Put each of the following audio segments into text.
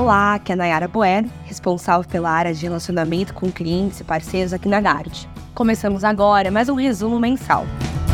Olá, aqui é a Nayara Boer, responsável pela área de relacionamento com clientes e parceiros aqui na Gard. Começamos agora mais um resumo mensal.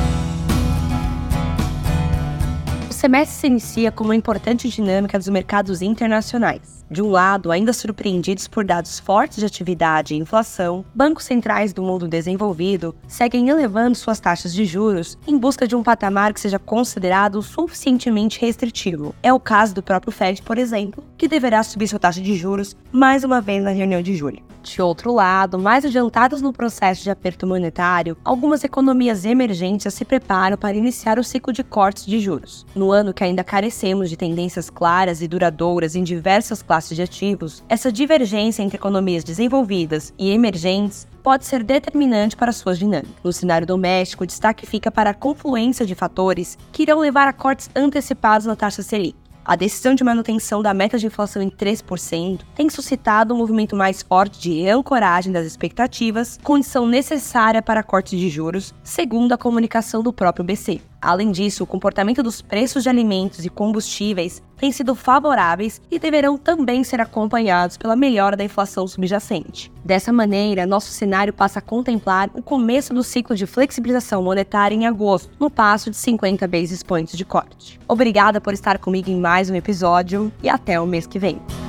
O semestre se inicia com uma importante dinâmica dos mercados internacionais. De um lado, ainda surpreendidos por dados fortes de atividade e inflação, bancos centrais do mundo desenvolvido seguem elevando suas taxas de juros em busca de um patamar que seja considerado suficientemente restritivo. É o caso do próprio Fed, por exemplo, que deverá subir sua taxa de juros mais uma vez na reunião de julho. De outro lado, mais adiantadas no processo de aperto monetário, algumas economias emergentes se preparam para iniciar o ciclo de cortes de juros. No ano que ainda carecemos de tendências claras e duradouras em diversas classes de ativos, essa divergência entre economias desenvolvidas e emergentes pode ser determinante para suas dinâmicas. No cenário doméstico, o destaque fica para a confluência de fatores que irão levar a cortes antecipados na taxa Selic. A decisão de manutenção da meta de inflação em 3% tem suscitado um movimento mais forte de reancoragem das expectativas, condição necessária para cortes de juros, segundo a comunicação do próprio BC. Além disso, o comportamento dos preços de alimentos e combustíveis tem sido favoráveis e deverão também ser acompanhados pela melhora da inflação subjacente. Dessa maneira, nosso cenário passa a contemplar o começo do ciclo de flexibilização monetária em agosto, no passo de 50 basis points de corte. Obrigada por estar comigo em mais um episódio e até o mês que vem.